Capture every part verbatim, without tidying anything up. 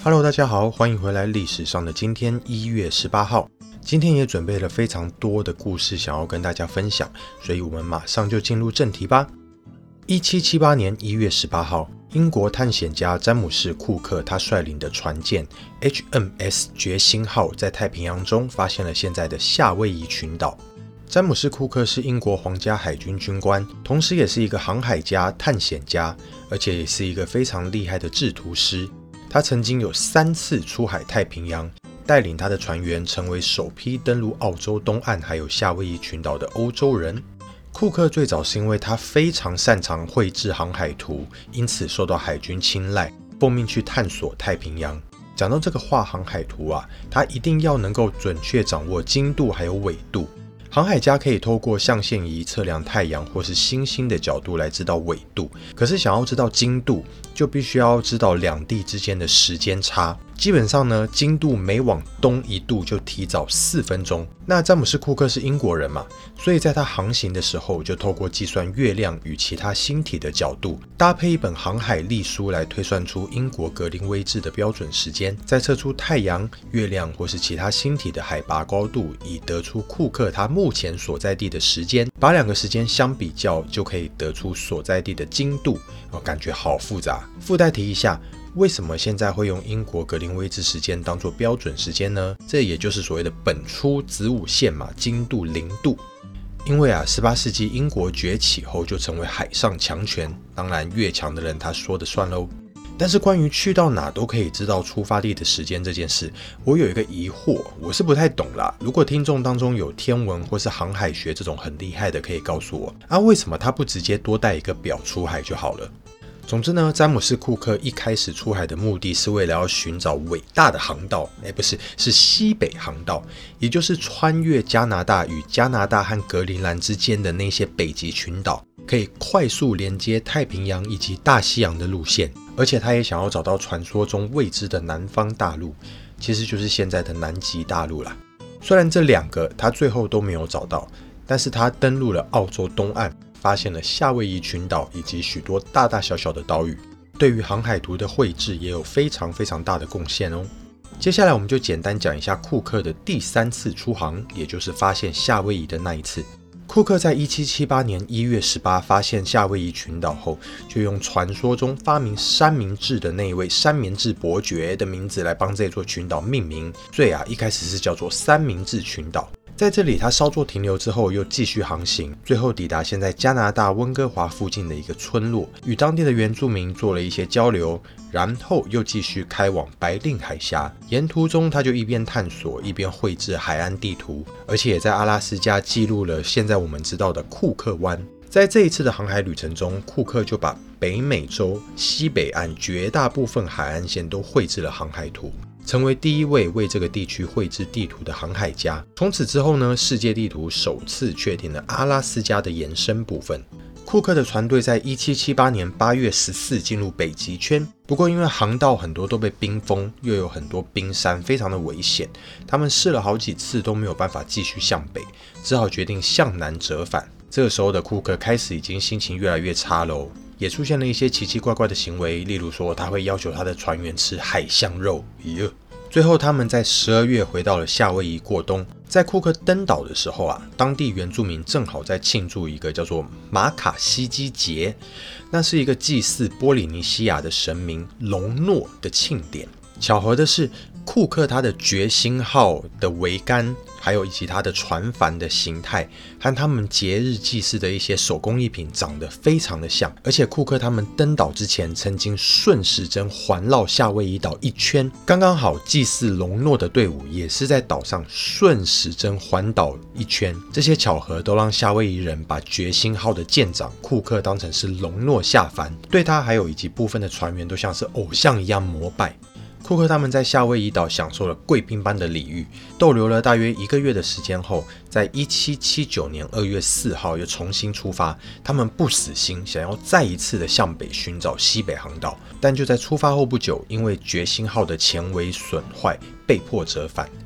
Hello， 大家好，欢迎回来历史上的今天一月十八号。今天也准备了非常多的故事想要跟大家分享，所以我们马上就进入正题吧。一七七八年一月十八号，英国探险家詹姆士·库克他率领的船舰 H M S 决心号在太平洋中发现了现在的夏威夷群岛。詹姆士·库克是英国皇家海军军官，同时也是一个航海家、探险家，而且也是一个非常厉害的制图师。他曾经有三次出海太平洋，带领他的船员成为首批登陆澳洲东岸还有夏威夷群岛的欧洲人。库克最早是因为他非常擅长绘制航海图，因此受到海军青睐，奉命去探索太平洋。讲到这个画航海图啊，他一定要能够准确掌握经度还有纬度。航海家可以透过象限仪测量太阳或是星星的角度来知道纬度，可是想要知道经度，就必须要知道两地之间的时间差。基本上呢，经度每往东一度就提早四分钟。那詹姆士·库克是英国人嘛，所以在他航行的时候，就透过计算月亮与其他星体的角度，搭配一本航海历书来推算出英国格林威治的标准时间，再测出太阳、月亮或是其他星体的海拔高度，以得出库克他目前所在地的时间。把两个时间相比较，就可以得出所在地的经度。哦，感觉好复杂。附带提一下，为什么现在会用英国格林威治时间当作标准时间呢？这也就是所谓的本初子午线嘛，经度零度。因为啊，十八世纪英国崛起后就成为海上强权，当然越强的人他说的算咯。但是关于去到哪都可以知道出发地的时间这件事，我有一个疑惑，我是不太懂啦。如果听众当中有天文或是航海学这种很厉害的，可以告诉我啊，为什么他不直接多带一个表出海就好了？总之呢，詹姆士·库克一开始出海的目的是为了要寻找伟大的航道，哎，不是，是西北航道，也就是穿越加拿大与加拿大和格陵兰之间的那些北极群岛，可以快速连接太平洋以及大西洋的路线。而且他也想要找到传说中未知的南方大陆，其实就是现在的南极大陆啦。虽然这两个他最后都没有找到，但是他登陆了澳洲东岸，发现了夏威夷群岛以及许多大大小小的岛屿，对于航海图的绘制也有非常非常大的贡献哦。接下来我们就简单讲一下库克的第三次出航，也就是发现夏威夷的那一次。库克在一七七八年一月十八发现夏威夷群岛后，就用传说中发明三明治的那一位三明治伯爵的名字来帮这座群岛命名，所以啊，一开始是叫做三明治群岛。在这里他稍作停留之后又继续航行，最后抵达现在加拿大温哥华附近的一个村落，与当地的原住民做了一些交流，然后又继续开往白令海峡。沿途中他就一边探索一边绘制海岸地图，而且也在阿拉斯加记录了现在我们知道的库克湾。在这一次的航海旅程中，库克就把北美洲西北岸绝大部分海岸线都绘制了航海图，成为第一位为这个地区绘制地图的航海家。从此之后呢，世界地图首次确定了阿拉斯加的延伸部分。库克的船队在一七七八年八月十四进入北极圈，不过因为航道很多都被冰封，又有很多冰山，非常的危险，他们试了好几次都没有办法继续向北，只好决定向南折返。这个时候的库克开始已经心情越来越差了，也出现了一些奇奇怪怪的行为，例如说他会要求他的船员吃海象肉。咦，最后他们在十二月回到了夏威夷过冬。在库克登岛的时候啊，当地原住民正好在庆祝一个叫做马卡西基节，那是一个祭祀波利尼西亚的神明龙诺的庆典。巧合的是，库克他的决心号的桅杆还有以及它的船帆的形态和他们节日祭祀的一些手工艺品长得非常的像，而且库克他们登岛之前曾经顺时针环绕夏威夷岛一圈，刚刚好祭祀龙诺的队伍也是在岛上顺时针环岛一圈。这些巧合都让夏威夷人把决心号的舰长库克当成是龙诺下凡，对他还有以及部分的船员都像是偶像一样膜拜。库克他们在夏威夷岛享受了贵宾般的礼遇，逗留了大约一个月的时间后，在一七七九年二月四号又重新出发。他们不死心，想要再一次的向北寻找西北航道，但就在出发后不久，因为决心号的前桅损坏，被迫折返。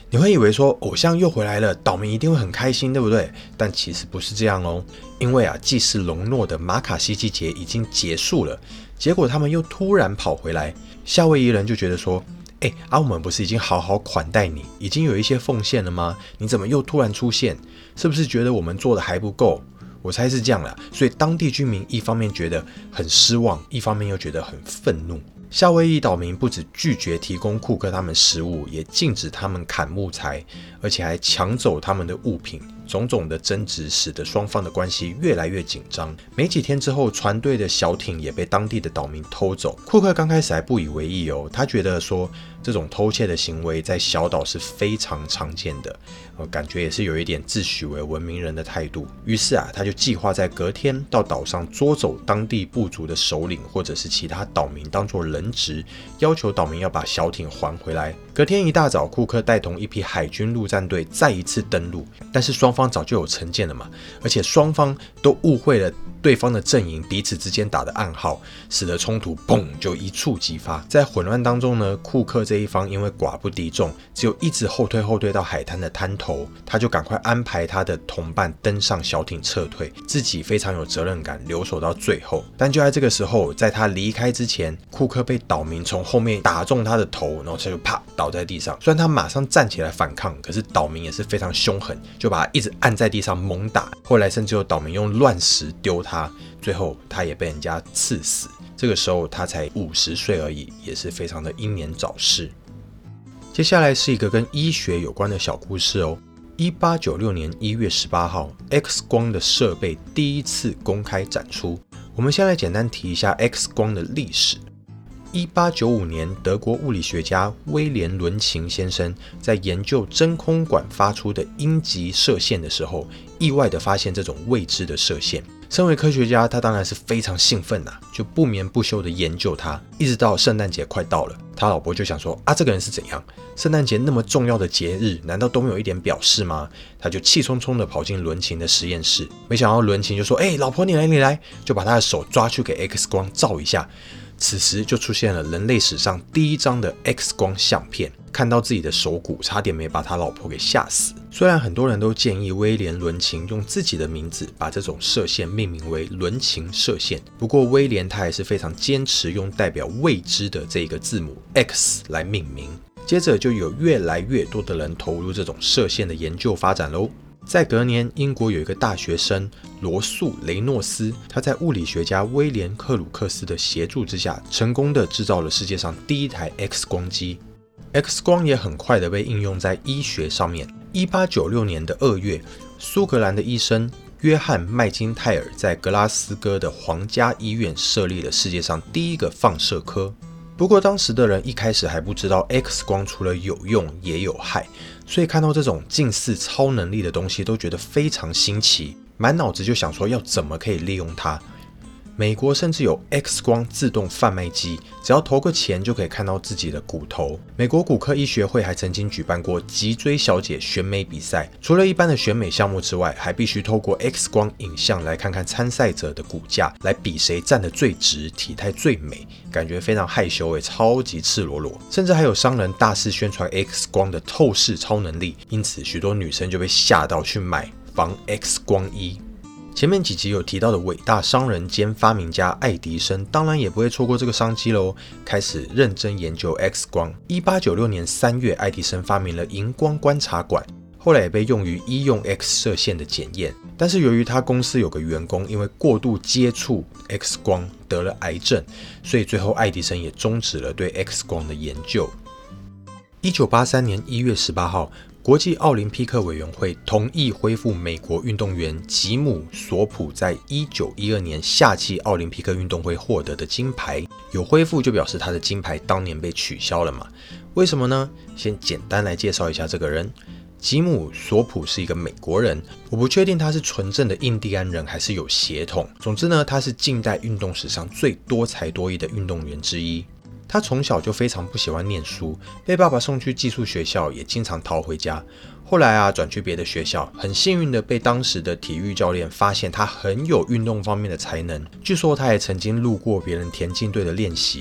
你会以为说偶像又回来了，岛民一定会很开心，对不对？但其实不是这样哦，因为啊，祭祀龙诺的马卡西基节已经结束了，结果他们又突然跑回来，夏威夷人就觉得说，哎，啊，我们不是已经好好款待你，已经有一些奉献了吗？你怎么又突然出现？是不是觉得我们做的还不够？我猜是这样啦，所以当地居民一方面觉得很失望，一方面又觉得很愤怒。夏威夷岛民不只拒绝提供库克他们食物，也禁止他们砍木材，而且还抢走他们的物品。种种的争执使得双方的关系越来越紧张。没几天之后，船队的小艇也被当地的岛民偷走。库克刚开始还不以为意哦，他觉得说这种偷窃的行为在小岛是非常常见的，呃，感觉也是有一点自诩为文明人的态度。于是啊，他就计划在隔天到岛上捉走当地部族的首领或者是其他岛民当作人质，要求岛民要把小艇还回来。隔天一大早，库克带同一批海军陆战队再一次登陆，但是双方早就有成见了嘛，而且双方都误会了对方的阵营彼此之间打的暗号，使得冲突砰就一触即发。在混乱当中呢，库克这一方因为寡不敌众，只有一直后退后退到海滩的滩头，他就赶快安排他的同伴登上小艇撤退，自己非常有责任感，留守到最后。但就在这个时候，在他离开之前，库克被岛民从后面打中他的头，然后他就啪倒在地上。虽然他马上站起来反抗，可是岛民也是非常凶狠，就把他一直按在地上猛打。后来甚至有岛民用乱石丢他，最后他也被人家刺死。这个时候他才五十岁而已，也是非常的英年早逝。接下来是一个跟医学有关的小故事哦。一八九六年一月十八号 ，X 光的设备第一次公开展出。我们先来简单提一下 X 光的历史。一八九五年，德国物理学家威廉·伦琴先生在研究真空管发出的阴极射线的时候，意外地发现这种未知的射线。身为科学家，他当然是非常兴奋呐、啊，就不眠不休地研究它，一直到圣诞节快到了，他老婆就想说啊，这个人是怎样？圣诞节那么重要的节日，难道都没有一点表示吗？他就气冲冲地跑进伦琴的实验室，没想到伦琴就说：“哎、欸，老婆你来你来！”就把他的手抓去给 X 光照一下。此时就出现了人类史上第一张的 X 光相片，看到自己的手骨，差点没把他老婆给吓死。虽然很多人都建议威廉·伦琴用自己的名字把这种射线命名为伦琴射线，不过威廉他还是非常坚持用代表未知的这个字母 X 来命名。接着就有越来越多的人投入这种射线的研究发展咯。在隔年，英国有一个大学生罗素·雷诺斯，他在物理学家威廉·克鲁克斯的协助之下，成功的制造了世界上第一台 X 光机。X 光也很快的被应用在医学上面。一八九六年的二月，苏格兰的医生约翰·麦金泰尔在格拉斯哥的皇家医院设立了世界上第一个放射科。不过当时的人一开始还不知道 X 光除了有用也有害，所以看到这种近似超能力的东西都觉得非常新奇，满脑子就想说要怎么可以利用它。美国甚至有 X 光自动贩卖机，只要投个钱就可以看到自己的骨头。美国骨科医学会还曾经举办过脊椎小姐选美比赛，除了一般的选美项目之外，还必须透过 X 光影像来看看参赛者的骨架，来比谁站得最直，体态最美，感觉非常害羞诶，超级赤裸裸。甚至还有商人大肆宣传 X 光的透视超能力，因此许多女生就被吓到去买防 X 光衣。前面几集有提到的伟大商人兼发明家爱迪生，当然也不会错过这个商机喽，开始认真研究 X 光。一八九六年三月，爱迪生发明了荧光观察管，后来也被用于医用 X 射线的检验。但是由于他公司有个员工因为过度接触 X 光得了癌症，所以最后爱迪生也终止了对 X 光的研究。一九八三年一月十八号，国际奥林匹克委员会同意恢复美国运动员吉姆·索普在一九一二年夏季奥林匹克运动会获得的金牌。有恢复就表示他的金牌当年被取消了嘛？为什么呢？先简单来介绍一下这个人。吉姆·索普是一个美国人，我不确定他是纯正的印第安人还是有血统。总之呢，他是近代运动史上最多才多艺的运动员之一。他从小就非常不喜欢念书，被爸爸送去寄宿学校，也经常逃回家。后来啊，转去别的学校，很幸运的被当时的体育教练发现他很有运动方面的才能。据说他也曾经路过别人田径队的练习，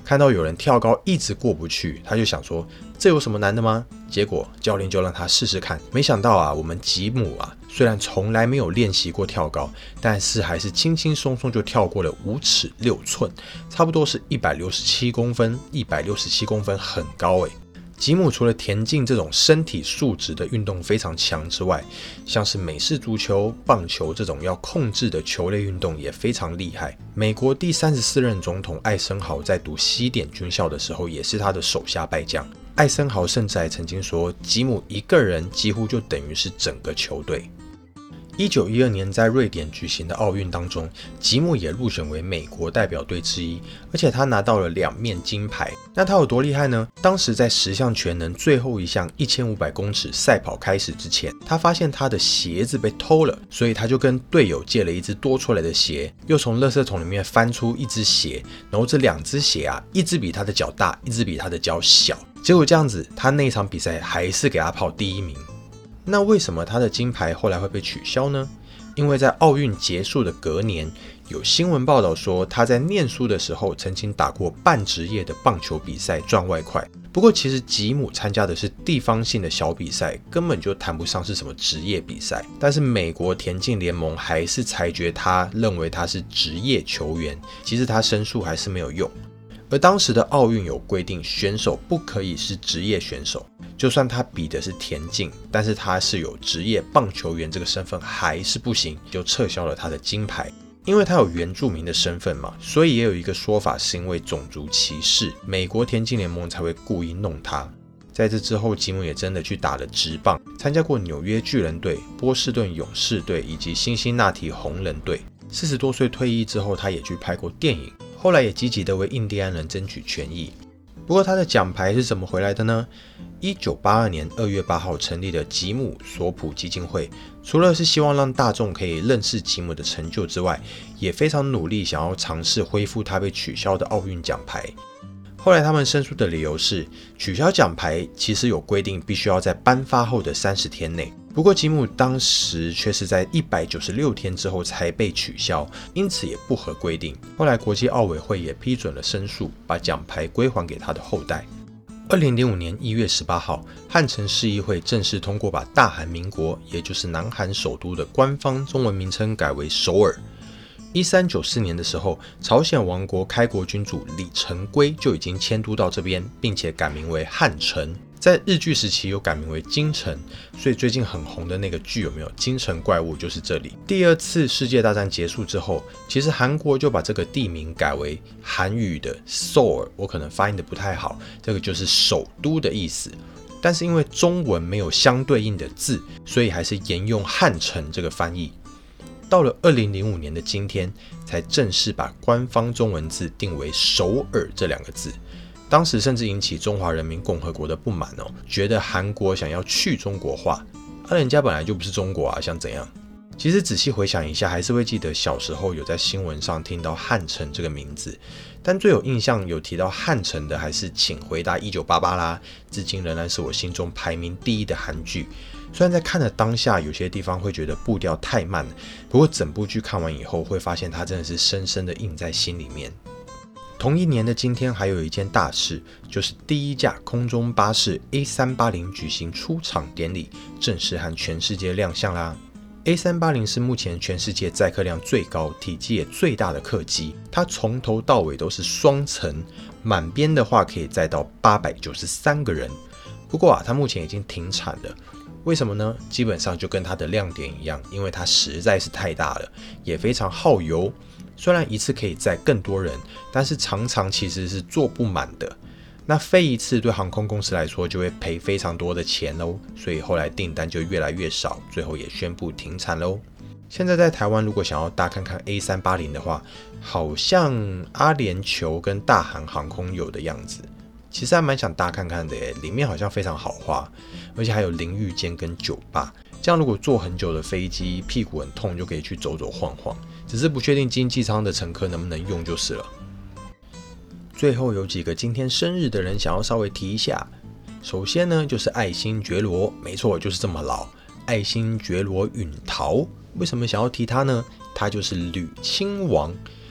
看到有人跳高一直过不去，他就想说这有什么难的吗？结果教练就让他试试看。没想到啊，我们吉姆啊，虽然从来没有练习过跳高，但是还是轻轻松松就跳过了五尺六寸，差不多是一百六十七公分。一百六十七公分很高诶。吉姆除了田径这种身体素质的运动非常强之外，像是美式足球、棒球这种要控制的球类运动也非常厉害。美国第三十四任总统艾森豪在读西点军校的时候，也是他的手下败将。艾森豪甚至还曾经说，吉姆一个人几乎就等于是整个球队。一九一二年在瑞典举行的奥运当中，吉姆也入选为美国代表队之一，而且他拿到了两面金牌。那他有多厉害呢？当时在十项全能最后一项一千五百公尺赛跑开始之前，他发现他的鞋子被偷了，所以他就跟队友借了一只多出来的鞋，又从垃圾桶里面翻出一只鞋，然后这两只鞋啊，一只比他的脚大，一只比他的脚小。结果这样子，他那一场比赛还是给他跑第一名。那为什么他的金牌后来会被取消呢？因为在奥运结束的隔年，有新闻报道说他在念书的时候曾经打过半职业的棒球比赛赚外快。不过其实吉姆参加的是地方性的小比赛，根本就谈不上是什么职业比赛。但是美国田径联盟还是裁决他，认为他是职业球员，其实他申诉还是没有用。而当时的奥运有规定，选手不可以是职业选手，就算他比的是田径，但是他是有职业棒球员这个身份还是不行，就撤销了他的金牌。因为他有原住民的身份嘛，所以也有一个说法是因为种族歧视，美国田径联盟才会故意弄他。在这之后，吉姆也真的去打了职棒，参加过纽约巨人队、波士顿勇士队以及辛辛那提红人队。四十多岁退役之后，他也去拍过电影，后来也积极的为印第安人争取权益。不过他的奖牌是怎么回来的呢？一九八二年二月八号成立的吉姆索普基金会，除了是希望让大众可以认识吉姆的成就之外，也非常努力想要尝试恢复他被取消的奥运奖牌。后来他们申诉的理由是，取消奖牌其实有规定必须要在颁发后的三十天内，不过吉姆当时却是在一百九十六天之后才被取消，因此也不合规定。后来国际奥委会也批准了申诉，把奖牌归还给他的后代。二零零五年一月十八号，汉城市议会正式通过把大韩民国，也就是南韩首都的官方中文名称改为首尔。一三九四年的时候，朝鲜王国开国君主李成规就已经迁都到这边，并且改名为汉城。在日据时期又改名为京城，所以最近很红的那个剧有没有？京城怪物就是这里。第二次世界大战结束之后，其实韩国就把这个地名改为韩语的首尔，我可能发音的不太好，这个就是首都的意思。但是因为中文没有相对应的字，所以还是沿用汉城这个翻译。到了二零零五年的今天，才正式把官方中文字定为首尔这两个字。当时甚至引起中华人民共和国的不满哦，觉得韩国想要去中国化，啊，人家本来就不是中国啊，想怎样？其实仔细回想一下，还是会记得小时候有在新闻上听到汉城这个名字，但最有印象有提到汉城的还是《请回答一九八八》啦，至今仍然是我心中排名第一的韩剧。虽然在看的当下有些地方会觉得步调太慢，不过整部剧看完以后会发现它真的是深深的印在心里面。同一年的今天还有一件大事，就是第一架空中巴士 A 三八零 举行出厂典礼，正式和全世界亮相啦。A 三八零 是目前全世界载客量最高、体积也最大的客机，它从头到尾都是双层，满编的话可以载到八百九十三个人。不过啊，它目前已经停产了。为什么呢？基本上就跟它的亮点一样，因为它实在是太大了，也非常耗油。虽然一次可以载更多人，但是常常其实是坐不满的。那飞一次对航空公司来说就会赔非常多的钱咯，所以后来订单就越来越少，最后也宣布停产咯。现在在台湾如果想要搭看看 A 三八零 的话，好像阿联酋跟大韩航空有的样子。其实还蛮想搭看看的耶，里面好像非常豪华，而且还有淋浴间跟酒吧。这样如果坐很久的飞机，屁股很痛就可以去走走晃晃，只是不确定经济舱的乘客能不能用就是了。最后有几个今天生日的人想要稍微提一下。首先呢，就是爱新觉罗，没错，就是这么老，爱新觉罗允陶。为什么想要提他呢？他就是吕亲王。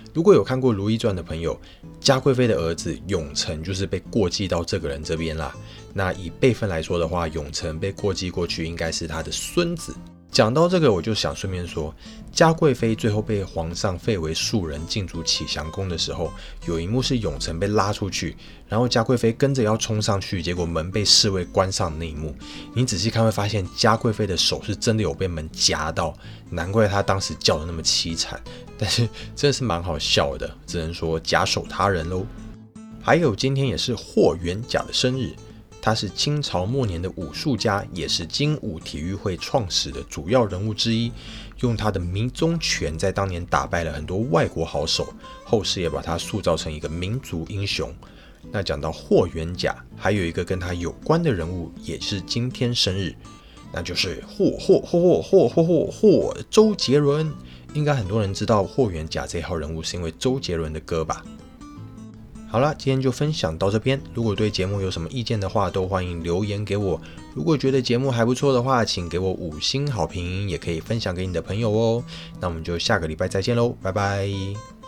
如果有看过《如懿传》的朋友，嘉贵妃的儿子永成就是被过继到这个人这边啦。那以辈分来说的话，永成被过继过去应该是他的孙子。讲到这个，我就想顺便说，嘉贵妃最后被皇上废为庶人，进驻启祥宫的时候，有一幕是永成被拉出去，然后嘉贵妃跟着要冲上去，结果门被侍卫关上的那一幕。你仔细看会发现，嘉贵妃的手是真的有被门夹到，难怪她当时叫的那么凄惨。但是真的是蛮好笑的，只能说假手他人喽。还有今天也是霍元甲的生日。他是清朝末年的武术家，也是精武体育会创始的主要人物之一。用他的迷踪拳在当年打败了很多外国好手，后世也把他塑造成一个民族英雄。那讲到霍元甲，还有一个跟他有关的人物也是今天生日，那就是霍霍霍霍霍霍霍周杰伦。应该很多人知道霍元甲这号人物是因为周杰伦的歌吧。好了，今天就分享到这边。如果对节目有什么意见的话，都欢迎留言给我。如果觉得节目还不错的话，请给我五星好评，也可以分享给你的朋友哦。那我们就下个礼拜再见喽，拜拜。